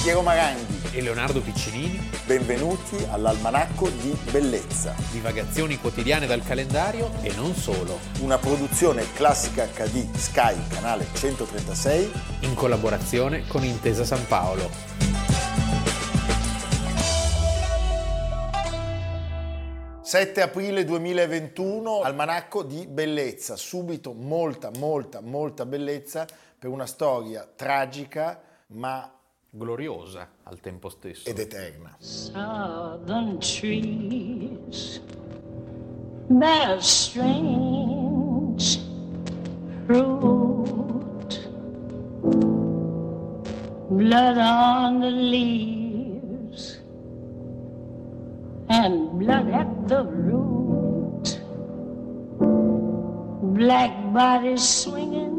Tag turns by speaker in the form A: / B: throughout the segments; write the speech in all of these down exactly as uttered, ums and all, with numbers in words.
A: Piero Maranghi
B: e Leonardo Piccinini.
A: Benvenuti all'Almanacco di Bellezza.
B: Divagazioni quotidiane dal calendario e non solo.
A: Una produzione Classica acca di Sky, canale centotrentasei.
B: In collaborazione con Intesa San Paolo.
A: sette aprile duemilaventuno, Almanacco di Bellezza. Subito molta, molta, molta bellezza per una storia tragica ma
B: gloriosa al tempo stesso
A: ed eterna.
C: Southern trees bear strange fruit, blood on the leaves and blood at the root, black bodies swinging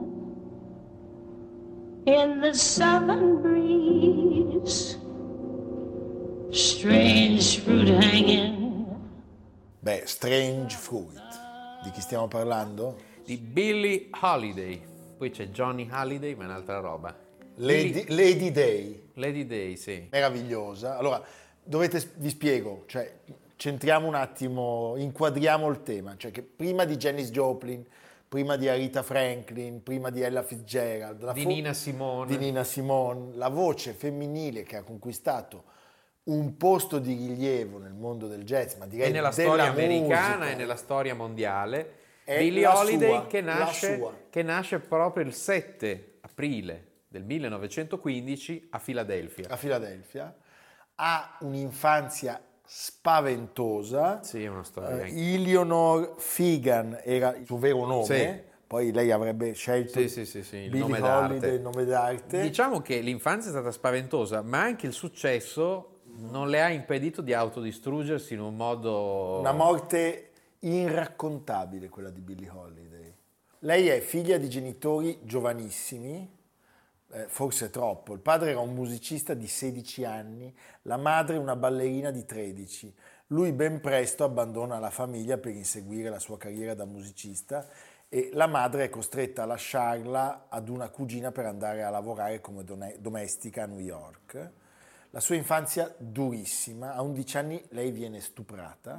C: in the southern breeze, strange fruit hanging.
A: Beh, Strange Fruit. Di chi stiamo parlando?
B: Di Billie Holiday. Poi c'è Johnny Holiday, ma è un'altra roba.
A: Lady, Lady Day.
B: Lady Day, sì.
A: Meravigliosa. Allora, dovete, vi spiego, cioè, centriamo un attimo, inquadriamo il tema. Cioè che prima di Janis Joplin, prima di Aretha Franklin, prima di Ella Fitzgerald, la
B: di
A: fo-
B: Nina Simone.
A: di Nina Simone, la voce femminile che ha conquistato un posto di rilievo nel mondo del jazz, ma direi
B: e nella
A: della
B: storia americana
A: musica,
B: e nella storia mondiale.
A: è
B: Billie
A: la
B: Holiday
A: sua,
B: che,
A: la
B: nasce,
A: sua.
B: che nasce proprio il sette aprile del millenovecentoquindici a Filadelfia.
A: a Filadelfia, ha un'infanzia spaventosa.
B: Sì, è una storia.
A: Uh, Eleanor Fegan era il suo vero nome,
B: Sì.
A: Poi lei avrebbe scelto
B: Sì, sì, sì, sì, il
A: Billie
B: nome
A: Holiday,
B: d'arte.
A: il nome d'arte.
B: Diciamo che l'infanzia è stata spaventosa, ma anche il successo non le ha impedito di autodistruggersi in un modo...
A: Una morte irraccontabile quella di Billie Holiday. Lei è figlia di genitori giovanissimi, eh, forse troppo. Il padre era un musicista di sedici anni, la madre una ballerina di tredici. Lui ben presto abbandona la famiglia per inseguire la sua carriera da musicista e la madre è costretta a lasciarla ad una cugina per andare a lavorare come don- domestica a New York. La sua infanzia durissima, a undici anni lei viene stuprata.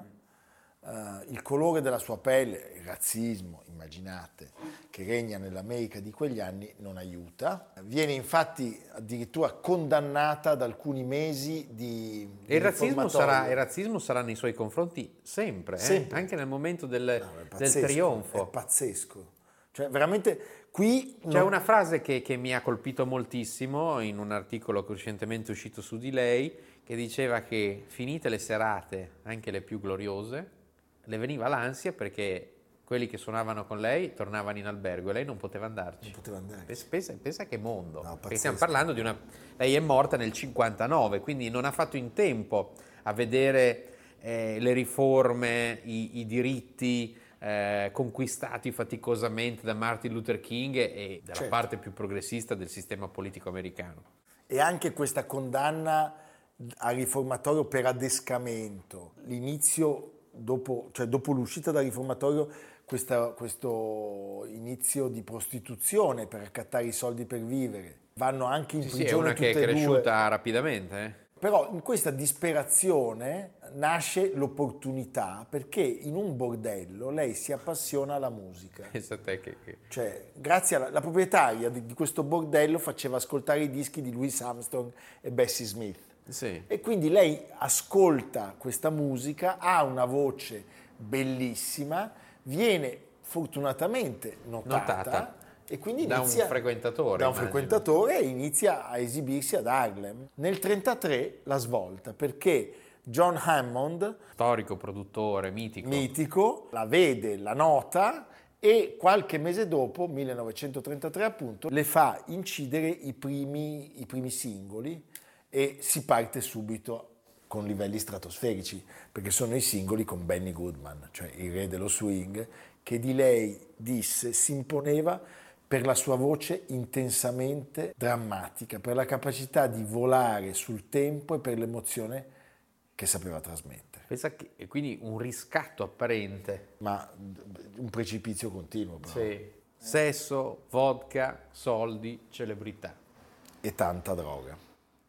A: Uh, il colore della sua pelle, il razzismo, immaginate, che regna nell'America di quegli anni, non aiuta. Viene infatti addirittura condannata ad alcuni mesi di, di
B: E il razzismo,
A: riformatorio.
B: sarà, il razzismo sarà nei suoi confronti sempre, eh?
A: Sempre.
B: Anche nel momento del,
A: No, è
B: del
A: pazzesco,
B: trionfo.
A: È pazzesco. Cioè, veramente, qui...
B: C'è
A: non-
B: una frase che, che mi ha colpito moltissimo in un articolo che è recentemente uscito su di lei, che diceva che finite le serate, anche le più gloriose, le veniva l'ansia perché quelli che suonavano con lei tornavano in albergo e lei non poteva andarci.
A: Non poteva andare.
B: Pensa, pensa che mondo.
A: No,
B: Perché stiamo
A: pazzesco.
B: parlando di una... Lei è morta nel cinquantanove, quindi non ha fatto in tempo a vedere eh, le riforme, i, i diritti eh, conquistati faticosamente da Martin Luther King e dalla
A: Certo.
B: parte più progressista del sistema politico americano.
A: E anche questa condanna al riformatorio per adescamento, l'inizio, dopo, cioè dopo l'uscita dal riformatorio, questa- questo inizio di prostituzione per accattare i soldi per vivere. Vanno anche in
B: Sì, sì, è
A: prigione
B: una che
A: tutte
B: è
A: e due.
B: cresciuta rapidamente. Eh?
A: Però in questa disperazione nasce l'opportunità perché in un bordello lei si appassiona alla musica.
B: Pensa a te che... che...
A: Cioè, grazie alla la proprietaria di, di questo bordello faceva ascoltare i dischi di Louis Armstrong e Bessie Smith.
B: Sì.
A: E quindi lei ascolta questa musica, ha una voce bellissima, viene fortunatamente notata,
B: Notata.
A: e quindi
B: Da un
A: inizia,
B: frequentatore,
A: da un
B: immagino.
A: frequentatore e inizia a esibirsi ad Harlem. Nel trentatré la svolta perché John Hammond,
B: Storico, produttore, mitico.
A: mitico, la vede, la nota e qualche mese dopo, millenovecentotrentatré appunto, le fa incidere i primi, i primi singoli e si parte subito con livelli stratosferici, perché sono i singoli con Benny Goodman, cioè il re dello swing, che di lei disse si imponeva per la sua voce intensamente drammatica, per la capacità di volare sul tempo e per l'emozione che sapeva trasmettere.
B: Pensa che, e quindi un riscatto apparente.
A: Ma un precipizio continuo, però.
B: Sì. Sesso, vodka, soldi, celebrità.
A: E tanta droga.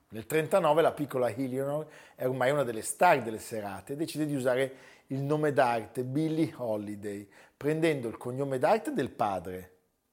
A: Nel trentanove la piccola Eleanor è ormai una delle star delle serate e decide di usare il nome d'arte Billie Holiday, prendendo il cognome d'arte del padre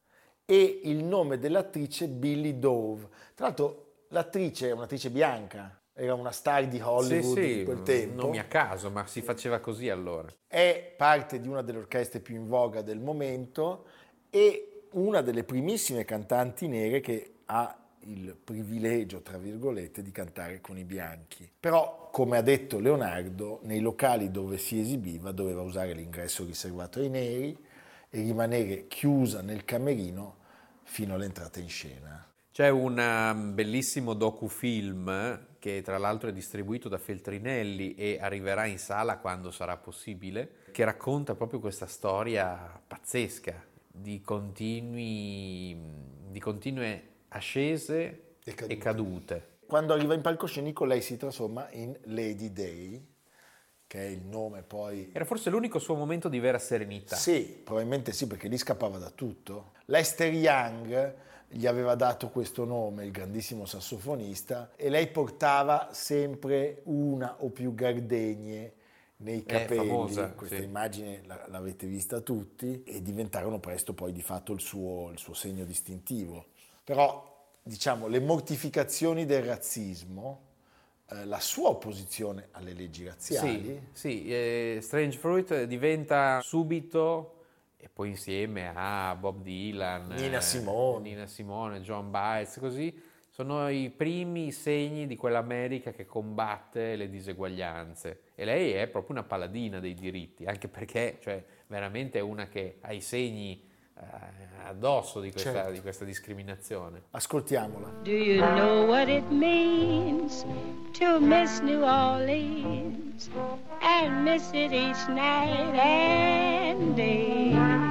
A: e il nome dell'attrice Billie Dove. Tra l'altro l'attrice è un'attrice bianca, era una star di Hollywood
B: Sì, sì,
A: di quel tempo.
B: nomi a caso, ma si faceva così allora.
A: È parte di una delle orchestre più in voga del momento e una delle primissime cantanti nere che ha il privilegio, tra virgolette, di cantare con i bianchi. Però, come ha detto Leonardo, nei locali dove si esibiva doveva usare l'ingresso riservato ai neri e rimanere chiusa nel camerino fino all'entrata in scena.
B: C'è un um, bellissimo docufilm che tra l'altro è distribuito da Feltrinelli e arriverà in sala quando sarà possibile, che racconta proprio questa storia pazzesca di continui, di continue ascese
A: E cadute.
B: e cadute.
A: Quando arriva in palcoscenico lei si trasforma in Lady Day, che è il nome poi...
B: Era forse l'unico suo momento di vera serenità.
A: Sì, probabilmente sì, perché lì scappava da tutto. Lester Young gli aveva dato questo nome, il grandissimo sassofonista, e lei portava sempre una o più gardenie nei capelli.
B: famosa,
A: Questa
B: sì.
A: immagine la- l'avete vista tutti e diventarono presto poi di fatto il suo, il suo segno distintivo. Però, diciamo, le mortificazioni del razzismo, eh, la sua opposizione alle leggi razziali,
B: Sì, sì, eh, Strange Fruit diventa subito, e poi insieme a Bob Dylan,
A: Nina
B: eh,
A: Simone.
B: Nina Simone, John Baez, così, sono i primi segni di quell'America che combatte le diseguaglianze. E lei è proprio una paladina dei diritti, anche perché, cioè, veramente è una che ha i segni eh, addosso di questa,
A: Certo.
B: di questa discriminazione.
A: ascoltiamola.
C: Do you know what it means to miss New Orleans and miss it each night and day?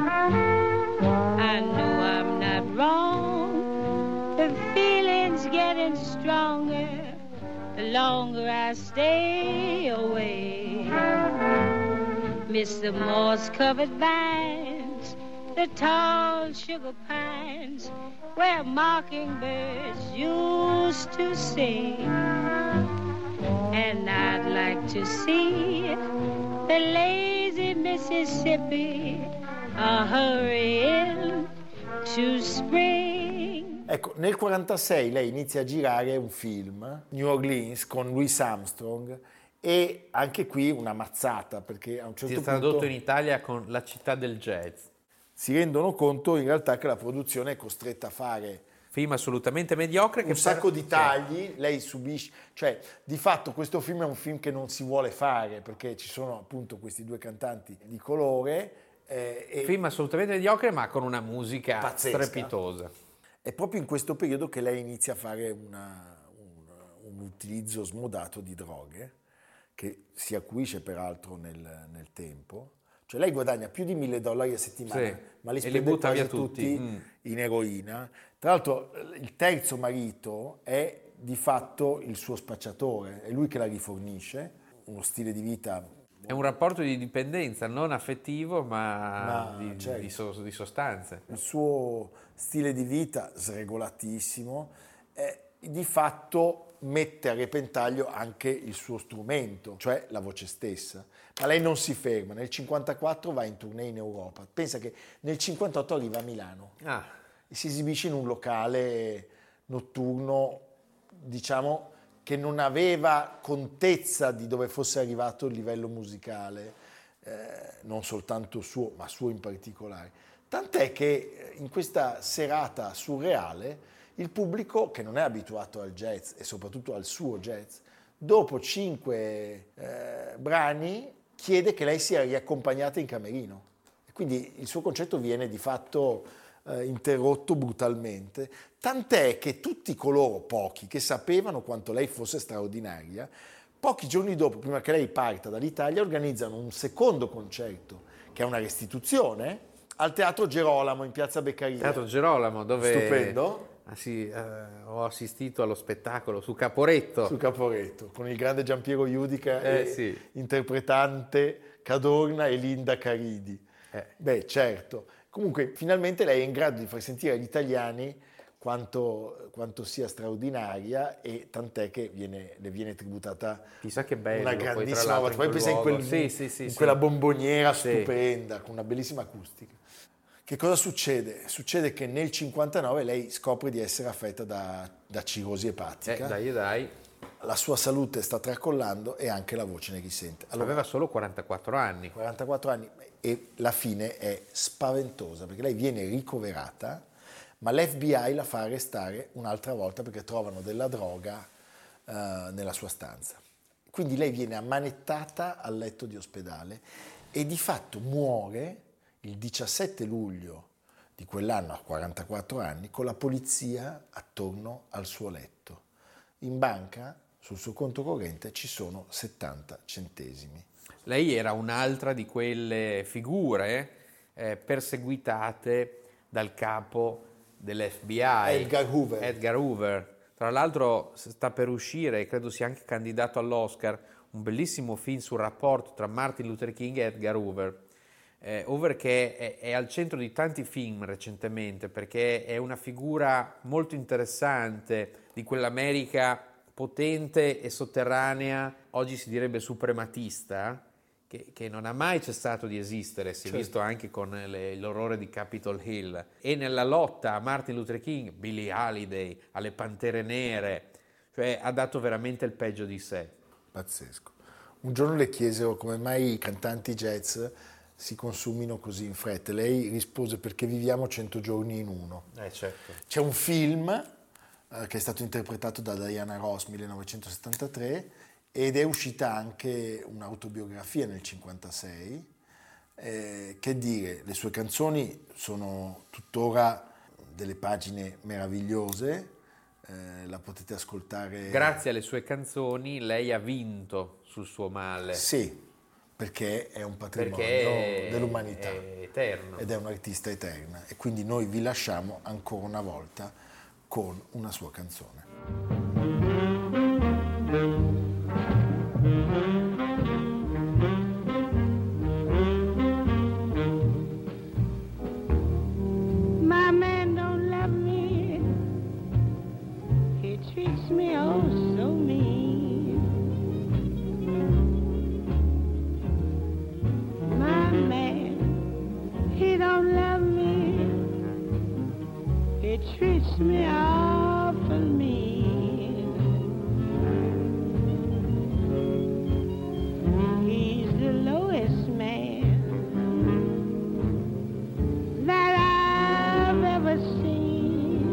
C: I know I'm not wrong. The feeling's getting stronger the longer I stay away. Miss the moss-covered vines, the tall sugar pines, where mockingbirds used to sing. And I'd like to see the lazy Mississippi a hurrying to spring.
A: Ecco, nel quarantasei lei inizia a girare un film, New Orleans, con Louis Armstrong, e anche qui una mazzata, perché a un
B: Si
A: certo
B: è tradotto
A: punto
B: in Italia con La città del jazz.
A: si rendono conto in realtà che la produzione è costretta a fare
B: Film assolutamente mediocre. che
A: un sacco
B: per-
A: di tagli, lei subisce, cioè di fatto questo film è un film che non si vuole fare, perché ci sono appunto questi due cantanti di colore, eh, e
B: Film assolutamente mediocre, ma con una musica
A: Pazzesca.
B: strepitosa.
A: è proprio in questo periodo che lei inizia a fare una- un, un utilizzo smodato di droghe, che si acuisce peraltro nel, nel tempo. Cioè lei guadagna più di mille dollari a settimana,
B: Sì,
A: ma li
B: e li
A: spende
B: butta
A: quasi
B: via tutti.
A: tutti
B: Mm.
A: in eroina. Tra l'altro il terzo marito è di fatto il suo spacciatore, è lui che la rifornisce, uno stile di vita...
B: È un rapporto di dipendenza, non affettivo, ma,
A: Ma,
B: di,
A: certo.
B: di so- di sostanze.
A: Il suo stile di vita sregolatissimo eh, di fatto mette a repentaglio anche il suo strumento, cioè la voce stessa. Ma lei non si ferma, nel cinquantaquattro va in tournée in Europa. Pensa che nel cinquantotto arriva a Milano
B: Ah,
A: e si esibisce in un locale notturno, diciamo, che non aveva contezza di dove fosse arrivato il livello musicale, eh, non soltanto suo, ma suo in particolare. Tant'è che in questa serata surreale il pubblico, che non è abituato al jazz e soprattutto al suo jazz, dopo cinque eh, brani chiede che lei sia riaccompagnata in camerino. E quindi il suo concetto viene di fatto eh, interrotto brutalmente, tant'è che tutti coloro, pochi, che sapevano quanto lei fosse straordinaria, pochi giorni dopo, prima che lei parta dall'Italia, organizzano un secondo concerto, che è una restituzione, al Teatro Gerolamo in Piazza Beccaria.
B: Teatro Gerolamo, dove
A: Stupendo.
B: Ah, sì, eh, ho assistito allo spettacolo su Caporetto.
A: Su Caporetto, con il grande Giampiero Iudica
B: Eh,
A: e
B: sì.
A: interpretante Cadorna e Linda Caridi.
B: Eh.
A: Beh, certo. Comunque, finalmente lei è in grado di far sentire agli italiani quanto, quanto sia straordinaria, e tant'è che viene, le viene tributata
B: Chissà che bello,
A: una
B: poi, tra
A: grandissima
B: l'altro,
A: volta. Poi
B: in quel
A: pensa in, quel,
B: luogo. Sì, sì, sì,
A: in
B: sì.
A: quella bomboniera
B: Sì.
A: stupenda, con una bellissima acustica. Che cosa succede? Succede che nel cinquantanove lei scopre di essere affetta da, da cirrosi
B: Eh,
A: epatica,
B: dai, dai.
A: la sua salute sta tracollando e anche la voce ne risente. Allora,
B: Aveva solo quarantaquattro anni.
A: quarantaquattro anni, e la fine è spaventosa perché lei viene ricoverata, ma l'F B I la fa arrestare un'altra volta perché trovano della droga eh, nella sua stanza. Quindi lei viene ammanettata al letto di ospedale e di fatto muore il diciassette luglio di quell'anno, a quarantaquattro anni, con la polizia attorno al suo letto. In banca, sul suo conto corrente, ci sono settanta centesimi.
B: Lei era un'altra di quelle figure eh, perseguitate dal capo dell'F B I,
A: Edgar Hoover.
B: Edgar Hoover. Tra l'altro sta per uscire, credo sia anche candidato all'Oscar, un bellissimo film sul rapporto tra Martin Luther King e Edgar Hoover. Eh, Hoover che è, è al centro di tanti film recentemente, perché è una figura molto interessante di quell'America potente e sotterranea, oggi si direbbe suprematista, che, che non ha mai cessato di esistere, si è
A: Certo.
B: visto anche con le- l'orrore di Capitol Hill. E nella lotta a Martin Luther King, Billie Holiday, alle Pantere Nere, cioè ha dato veramente il peggio di sé.
A: Pazzesco. Un giorno le chiesero come mai i cantanti jazz si consumino così in fretta. Lei rispose: perché viviamo cento giorni in uno.
B: Eh certo.
A: C'è un film eh, che è stato interpretato da Diana Ross millenovecentosettantatré, ed è uscita anche un'autobiografia nel cinquantasei. Eh, che dire, le sue canzoni sono tuttora delle pagine meravigliose, eh, la potete ascoltare.
B: Grazie alle sue canzoni lei ha vinto sul suo male.
A: Sì, perché è un patrimonio
B: Perché
A: dell'umanità
B: è eterno.
A: ed è un'artista eterna, e quindi noi vi lasciamo ancora una volta con una sua canzone.
C: My man don't love me. He treats me oh so mean. My man, he don't love me. He treats me awful mean. He's the lowest man that I've ever seen.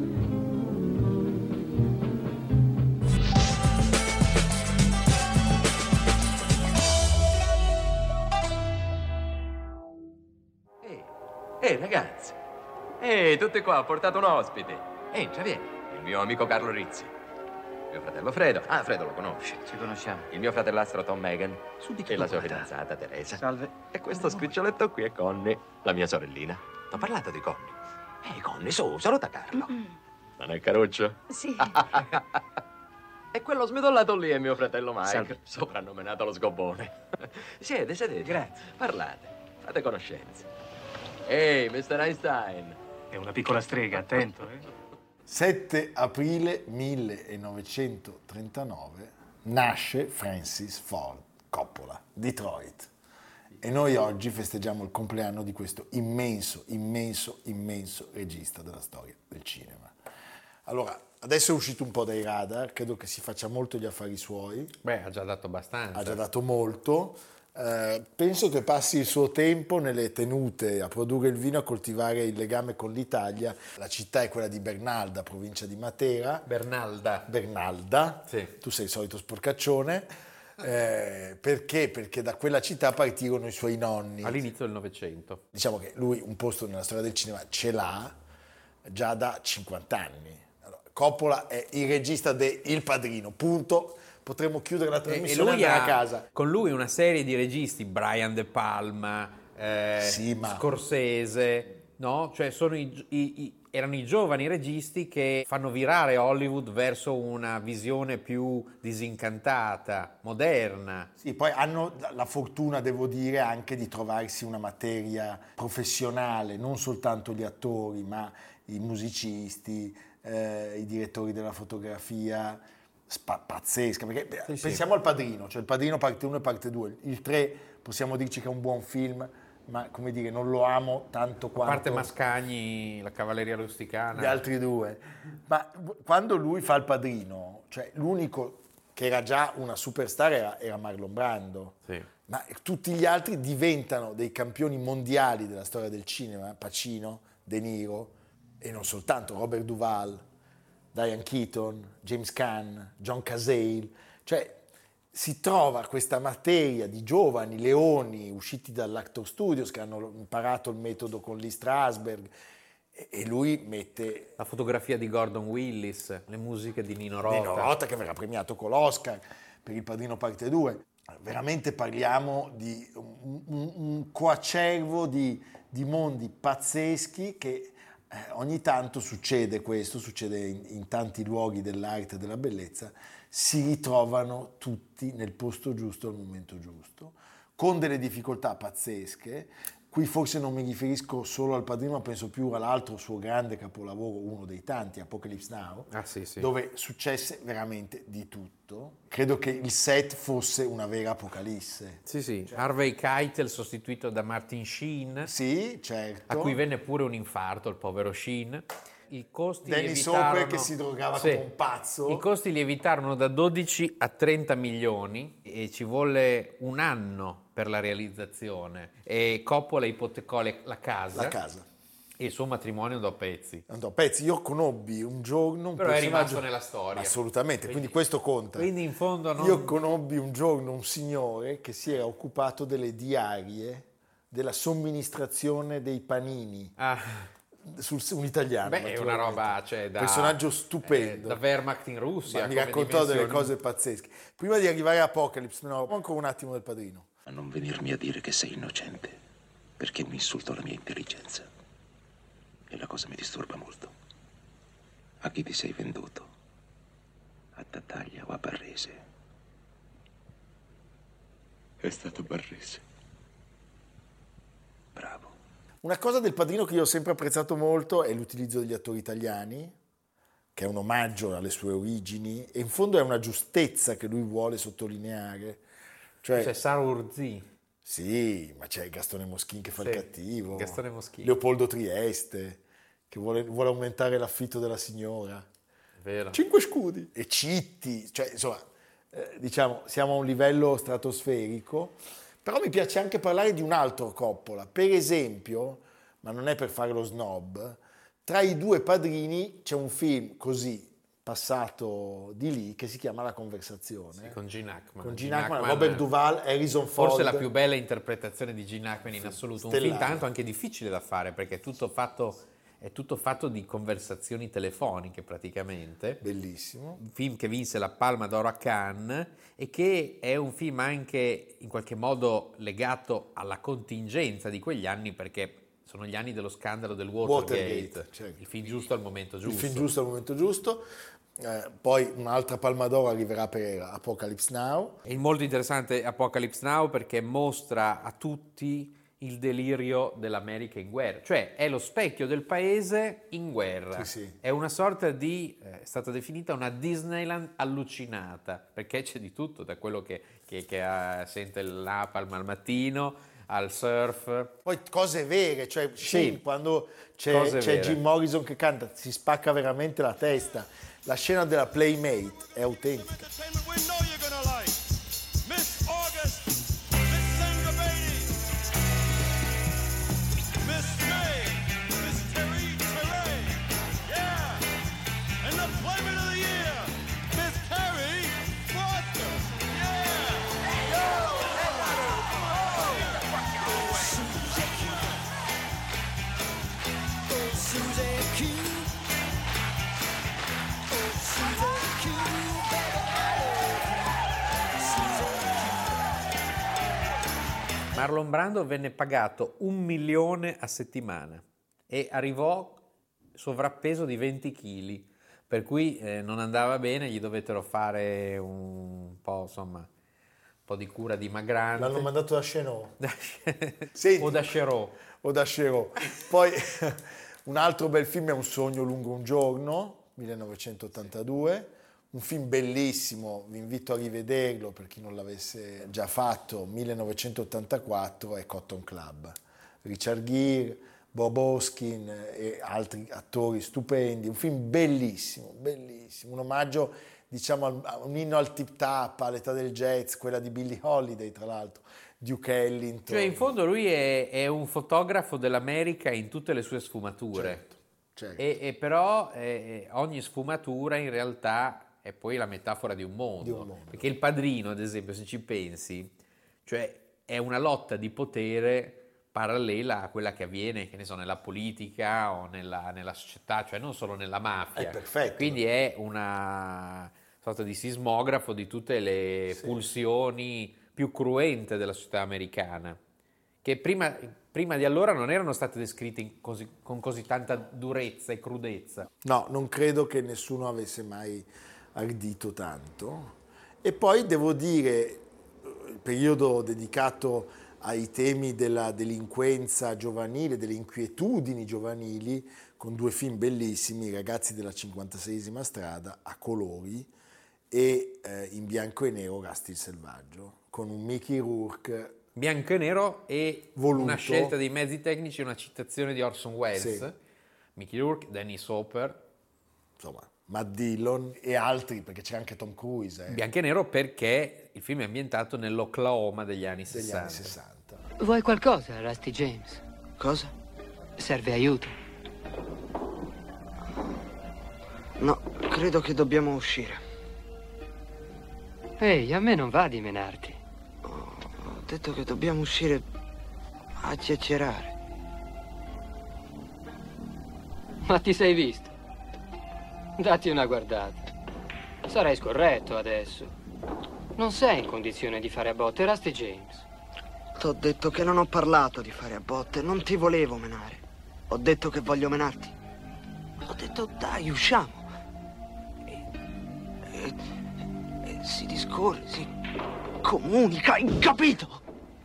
D: Ehi, ehi, ragazzi. Ehi, tutti qua, ho portato un ospite. Entra, vieni. Il mio amico Carlo Rizzi. Mio fratello Fredo. Ah, Fredo lo conosci.
E: Ci conosciamo.
D: Il mio fratellastro Tom Megan.
E: Su di chi
D: E la
E: lo
D: sua
E: guarda?
D: fidanzata Teresa.
E: Salve.
D: E questo scriccioletto qui è Connie, la mia sorellina. T'ho parlato di Connie. Ehi, Connie, su, saluta Carlo. Non è caruccio?
F: Sì.
D: E quello smidollato lì è mio fratello Mike,
E: Salve.
D: soprannominato lo sgobbone. Siete, sedete.
E: Grazie.
D: Parlate, fate conoscenza. Ehi, mister Einstein.
E: È una piccola strega, attento, eh.
A: sette aprile millenovecentotrentanove nasce Francis Ford Coppola, Detroit. E noi oggi festeggiamo il compleanno di questo immenso, immenso, immenso regista della storia del cinema. Allora, adesso è uscito un po' dai radar, credo che si faccia molto gli affari suoi,
B: Beh, ha già dato abbastanza.
A: ha già dato molto. Eh, penso che passi il suo tempo nelle tenute a produrre il vino, a coltivare il legame con l'Italia. La città è quella di Bernalda, provincia di Matera.
B: Bernalda.
A: Bernalda,
B: Sì.
A: tu sei il solito sporcaccione. Eh, perché? Perché da quella città partirono i suoi nonni.
B: All'inizio del Novecento.
A: Diciamo che lui un posto nella storia del cinema ce l'ha già da cinquanta anni. Allora, Coppola è il regista de Il Padrino, punto. Potremmo chiudere la
B: E
A: trasmissione e
B: lui
A: andare
B: ha
A: a casa.
B: con lui una serie di registi, Brian De Palma, eh,
A: Sì, ma-
B: Scorsese, no? Cioè sono i, i- i- erano i giovani registi che fanno virare Hollywood verso una visione più disincantata, moderna.
A: Sì, poi hanno la fortuna, devo dire, anche di trovarsi una materia professionale, non soltanto gli attori, ma i musicisti, eh, i direttori della fotografia, spa- pazzesca, perché
B: Sì, sì.
A: pensiamo al Padrino, cioè il Padrino parte uno e parte due, il tre possiamo dirci che è un buon film, ma come dire, non lo amo tanto
B: A
A: quanto
B: parte Mascagni, la cavalleria rusticana.
A: gli altri due. Ma quando lui fa il Padrino, cioè l'unico che era già una superstar era, era Marlon Brando.
B: Sì.
A: Ma tutti gli altri diventano dei campioni mondiali della storia del cinema, Pacino, De Niro, e non soltanto, Robert Duvall, Diane Keaton, James Caan, John Cazale, cioè si trova questa materia di giovani leoni usciti dall'Actor Studios che hanno imparato il metodo con Lee Strasberg, e, e lui mette
B: La fotografia di Gordon Willis, le musiche di Nino Rota.
A: Nino Rota che verrà premiato con l'Oscar per Il Padrino parte due. Veramente parliamo di un, un, un coacervo di, di mondi pazzeschi che eh, ogni tanto succede questo, succede in, in tanti luoghi dell'arte e della bellezza, si ritrovano tutti nel posto giusto al momento giusto, con delle difficoltà pazzesche. Qui forse non mi riferisco solo al Padrino, ma penso più all'altro suo grande capolavoro, uno dei tanti, Apocalypse Now,
B: Ah, sì, sì.
A: dove successe veramente di tutto. Credo che il set fosse una vera apocalisse.
B: Sì, sì. Harvey Keitel sostituito da Martin Sheen,
A: Sì, certo.
B: a cui venne pure un infarto, il povero Sheen. I costi
A: Dennis
B: lievitarono...
A: Hopper che si drogava
B: Sì.
A: come un pazzo.
B: I costi lievitarono da dodici a trenta milioni e ci volle un anno per la realizzazione. E Coppola ipotecò le- la casa,
A: La casa.
B: e il suo matrimonio andò a pezzi.
A: Andò a pezzi. Io conobbi un giorno un
B: Però è
A: personaggio...
B: rimasto nella storia.
A: Assolutamente, quindi, questo conta.
B: Quindi in fondo non...
A: Io conobbi un giorno un signore che si era occupato delle diarie della somministrazione dei panini.
B: Ah,
A: Sul, un italiano.
B: beh, è una
A: naturalmente.
B: roba, cioè, da...
A: Personaggio stupendo.
B: eh, da Wehrmacht in Russia.
A: Ma mi
B: come
A: raccontò delle
B: dimensioni.
A: cose pazzesche. Prima di arrivare a Apocalypse, no, ancora un attimo del Padrino.
F: A non venirmi a dire che sei innocente, perché mi insulto la mia intelligenza. E la cosa mi disturba molto. A chi ti sei venduto? A Tattaglia o a Barrese? È stato Barrese. Bravo.
A: Una cosa del Padrino che io ho sempre apprezzato molto è l'utilizzo degli attori italiani, che è un omaggio alle sue origini, e in fondo è una giustezza che lui vuole sottolineare. Cioè,
B: C'è Sara Urzi.
A: sì, ma c'è Gastone Moschin che fa il
B: Sì,
A: cattivo,
B: Gastone Moschin.
A: Leopoldo Trieste che vuole, vuole aumentare l'affitto della signora,
B: Vero.
A: cinque scudi, e Citti, cioè insomma, eh, diciamo, siamo a un livello stratosferico. Però mi piace anche parlare di un altro Coppola, per esempio, ma non è per fare lo snob, tra i due Padrini c'è un film così passato di lì che si chiama La conversazione.
B: Sì, con Gene Hackman.
A: Con
B: Gene
A: Gene Hackman,
B: Hackman,
A: Robert Duvall, Harrison Ford.
B: Forse la più bella interpretazione di Gene Hackman in assoluto. Un
A: stellare.
B: film tanto anche difficile da fare perché è tutto fatto, è tutto fatto di conversazioni telefoniche praticamente.
A: Bellissimo.
B: Un film che vinse la Palma d'Oro a Cannes e che è un film anche in qualche modo legato alla contingenza di quegli anni perché sono gli anni dello scandalo del Watergate,
A: Watergate, certo.
B: il film giusto al momento giusto.
A: Il film giusto al momento giusto. Eh, poi un'altra Palma d'Oro arriverà per Apocalypse Now.
B: È molto interessante Apocalypse Now perché mostra a tutti il delirio dell'America in guerra, cioè è lo specchio del paese in guerra.
A: Sì, sì.
B: È una sorta di, eh, è stata definita una Disneyland allucinata, perché c'è di tutto, da quello che, che, che ha, sente il napalm al mattino, al surf.
A: Poi cose vere, cioè Shin, quando c'è,
B: cose
A: c'è
B: vere.
A: Jim Morrison che canta, si spacca veramente la testa. La scena della Playmate è autentica.
G: Entertainment we know you're gonna like. Miss August, Miss Sandra Beatty, Miss May, Miss Terry Terray, yeah. And the Playmate of the Year, Miss Carrie Foster, yeah.
B: Marlon Brando venne pagato un milione a settimana e arrivò sovrappeso di venti chili, per cui eh, non andava bene, gli dovettero fare un po', insomma, un po' di cura dimagrante.
A: L'hanno mandato da Chenot
B: Da-
A: Senti.
B: o da Cherot.
A: o da Chéreau. Poi Un altro bel film è Un sogno lungo un giorno, millenovecentottantadue, un film bellissimo, vi invito a rivederlo per chi non l'avesse già fatto, millenovecentottantaquattro, è Cotton Club. Richard Gere, Bob Hoskin e altri attori stupendi, un film bellissimo, bellissimo, un omaggio, diciamo, a un inno al tip tap, all'età del jazz, quella di Billie Holiday tra l'altro, Duke Ellington.
B: Cioè in fondo lui è, è un fotografo dell'America in tutte le sue sfumature.
A: Certo, certo.
B: E, e però eh, ogni sfumatura in realtà è poi la metafora di un mondo.
A: Di un mondo.
B: Perché Il Padrino, ad esempio, se ci pensi, cioè è una lotta di potere parallela a quella che avviene, che ne so, nella politica o nella, nella società, cioè non solo nella mafia.
A: È perfetto.
B: Quindi è una sorta di sismografo di tutte le
A: Sì.
B: pulsioni più cruente della società americana, che prima, prima di allora non erano state descritte in così- con così tanta durezza e crudezza.
A: No, non credo che nessuno avesse mai ardito tanto. E poi devo dire, il periodo dedicato ai temi della delinquenza giovanile, delle inquietudini giovanili, con due film bellissimi, I ragazzi della cinquantaseiesima strada, a colori, e eh, in bianco e nero Rusty il selvaggio, con un Mickey Rourke
B: Bianco e nero e
A: Voluto.
B: una scelta dei mezzi tecnici, una citazione di Orson Welles,
A: Sì.
B: Mickey Rourke, Dennis Hopper.
A: insomma, Matt Dillon e altri, perché c'è anche Tom Cruise eh,
B: Bianco e nero perché il film è ambientato nell'Oklahoma degli anni
A: degli
B: sessanta.
A: anni sessanta.
H: Vuoi qualcosa, Rusty James?
I: Cosa?
H: Serve aiuto?
I: No, credo che dobbiamo uscire.
H: Ehi, a me non va di menarti.
I: Ho detto che dobbiamo uscire a chiacchierare.
H: Ma ti sei visto? Datti una guardata. Sarai scorretto adesso. Non sei in condizione di fare a botte, Rusty James.
I: T'ho detto che non ho parlato di fare a botte, non ti volevo menare. Ho detto che voglio menarti. Ho detto dai, usciamo. E, e, e si discorre, si comunica, hai capito?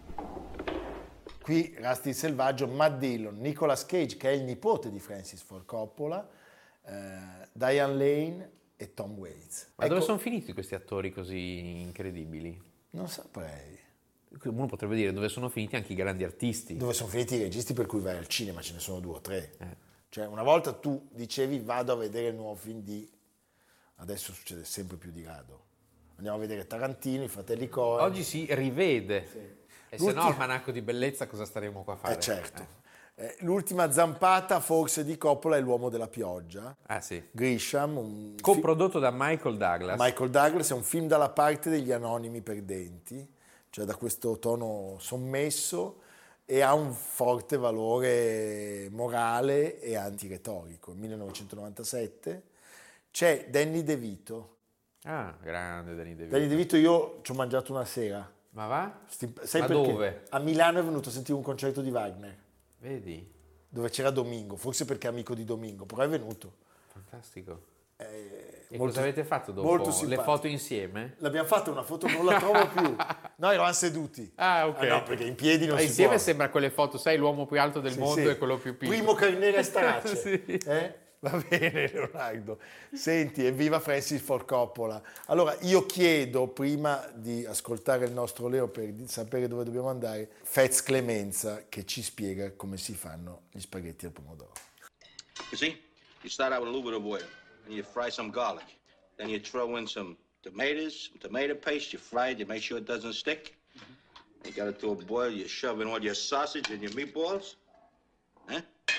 A: Qui Rusty il selvaggio, Matt Dillon, Nicolas Cage, che è il nipote di Francis Ford Coppola, eh, Diane Lane e Tom Waits.
B: Ma dove
A: Ecco,
B: sono finiti questi attori così incredibili?
A: non saprei.
B: Uno potrebbe dire dove sono finiti anche i grandi artisti.
A: Dove sono finiti i registi per cui vai al cinema, ce ne sono due o tre.
B: Eh.
A: Cioè, una volta tu dicevi vado a vedere il nuovo film di... Adesso succede sempre più di rado. Andiamo a vedere Tarantino, i fratelli Coen.
B: Oggi si rivede. E se no,
A: L'ultimo-
B: Almanacco di bellezza, cosa staremo qua a fare?
A: Eh certo. Eh, l'ultima zampata forse di Coppola è L'uomo della pioggia.
B: Ah sì.
A: Grisham, un fi-
B: Coprodotto da Michael Douglas.
A: Michael Douglas, è un film dalla parte degli anonimi perdenti, cioè da questo tono sommesso, e ha un forte valore morale e antiretorico. millenovecentonovantasette c'è Danny DeVito.
B: Ah, grande Danny DeVito.
A: Danny DeVito io ci ho mangiato una sera.
B: Ma va?
A: Sti- Sai
B: Ma
A: perché?
B: dove?
A: A Milano è venuto a sentire un concerto di Wagner,
B: Vedi?
A: dove c'era Domingo, forse perché è amico di Domingo, però è venuto.
B: Fantastico.
A: Eh,
B: E
A: molto-
B: cosa avete fatto dopo?
A: molto
B: Le
A: simpatico.
B: foto insieme?
A: L'abbiamo fatta una foto, non la trovo più. No, eravamo seduti.
B: Ah, ok.
A: no, perché in piedi non
B: Ma
A: si
B: insieme
A: può.
B: sembra quelle foto, sai, l'uomo più alto del
A: Sì,
B: mondo
A: sì.
B: e quello più piccolo.
A: Primo Carnera e Starace.
B: Sì.
A: Eh? Va bene, Leonardo. Senti, evviva Francis Ford Coppola. Allora, io chiedo, prima di ascoltare il nostro Leo per di- sapere dove dobbiamo andare, Fez Clemenza, che ci spiega come si fanno gli spaghetti al pomodoro.
J: You see, you start out with a little bit of oil, and you fry some garlic. Then you throw in some tomatoes, some tomato paste, you fry it, you make sure it doesn't stick. You got it to a boil, you shove in all your sausage and your meatballs. Huh?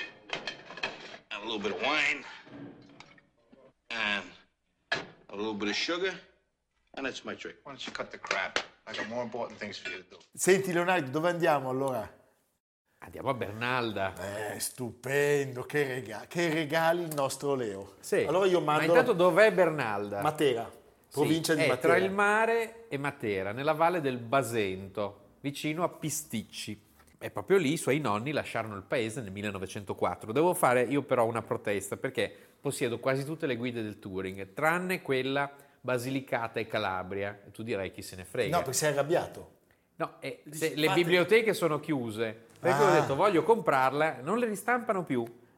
J: And a little bit of wine. And a little bit of sugar. And that's my trick.
K: Why don't you cut the crap? I got more important things for you to do.
A: Senti, Leonardo, dove andiamo allora?
B: Andiamo a Bernalda.
A: Eh, stupendo, che, rega- che regali il nostro Leo.
B: Sì.
A: Allora io
B: Ma
A: mando
B: intanto dov'è Bernalda?
A: Matera, provincia
B: Sì,
A: di
B: è
A: Matera.
B: tra il mare e Matera, nella valle del Basento, vicino a Pisticci. E proprio lì i suoi nonni lasciarono il paese nel millenovecentoquattro. Devo fare io però una protesta, perché possiedo quasi tutte le guide del touring, tranne quella Basilicata e Calabria. E tu direi chi se ne frega.
A: No, perché sei arrabbiato.
B: No, eh, se
A: Dici,
B: le
A: fate-
B: biblioteche sono chiuse, perché
A: Ah.
B: ho detto voglio comprarla, non le ristampano più.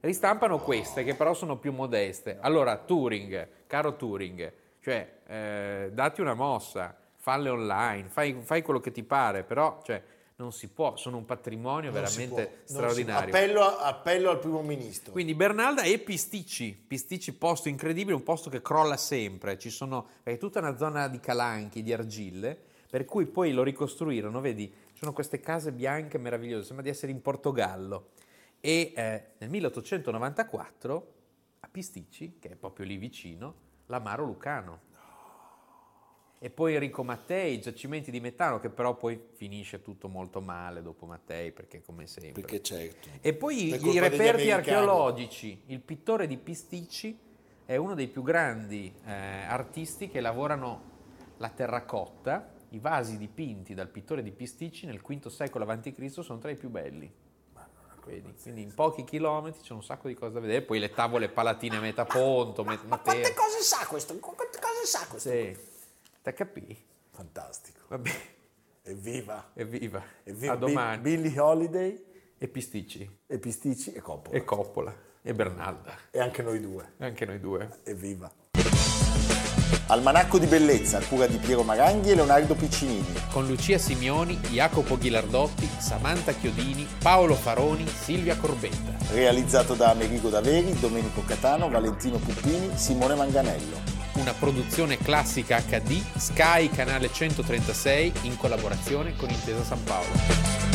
B: ristampano queste che però sono più modeste. Allora, Turing, caro Turing, cioè eh, datti una mossa, falle online, fai, fai quello che ti pare, però cioè, non si può, sono un patrimonio
A: Non si
B: veramente
A: può, non
B: straordinario.
A: si- Appello, a- appello al primo ministro.
B: Quindi Bernalda e Pisticci, Pisticci posto incredibile, un posto che crolla sempre, ci sono, è tutta una zona di calanchi, di argille, per cui poi lo ricostruirono, vedi, ci sono queste case bianche meravigliose, sembra di essere in Portogallo. E eh, nel milleottocentonovantaquattro a Pisticci, che è proprio lì vicino, l'Amaro Lucano. E poi Enrico Mattei, giacimenti di metano, che però poi finisce tutto molto male dopo Mattei, perché come sempre.
A: Perché certo.
B: E poi
A: Per
B: i
A: colpa degli
B: reperti
A: americani.
B: archeologici. Il pittore di Pisticci è uno dei più grandi eh, artisti che lavorano la terracotta. I vasi dipinti dal pittore di Pisticci nel quinto secolo avanti Cristo sono tra i più belli. Vedi? Quindi in pochi chilometri c'è un sacco di cose da vedere. Poi le tavole palatine Metaponto, Met-
A: Ma
B: Matera.
A: quante cose sa questo? Quante cose sa questo?
B: Sì, te capì?
A: Fantastico.
B: Vabbè.
A: Evviva.
B: Evviva.
A: Evviva.
B: A domani.
A: Bi- Billie Holiday
B: E Pisticci.
A: e Pisticci e Coppola.
B: E Coppola. E Bernalda.
A: E anche noi due.
B: Anche noi due.
A: Evviva. Almanacco di bellezza, a cura di Piero Maranghi e Leonardo Piccinini.
B: Con Lucia Simioni, Jacopo Ghilardotti, Samantha Chiodini, Paolo Faroni, Silvia Corbetta.
A: Realizzato da Amerigo Daveri, Domenico Catano, Valentino Puppini, Simone Manganello.
B: Una produzione classica acca di Sky Canale centotrentasei in collaborazione con Intesa San Paolo.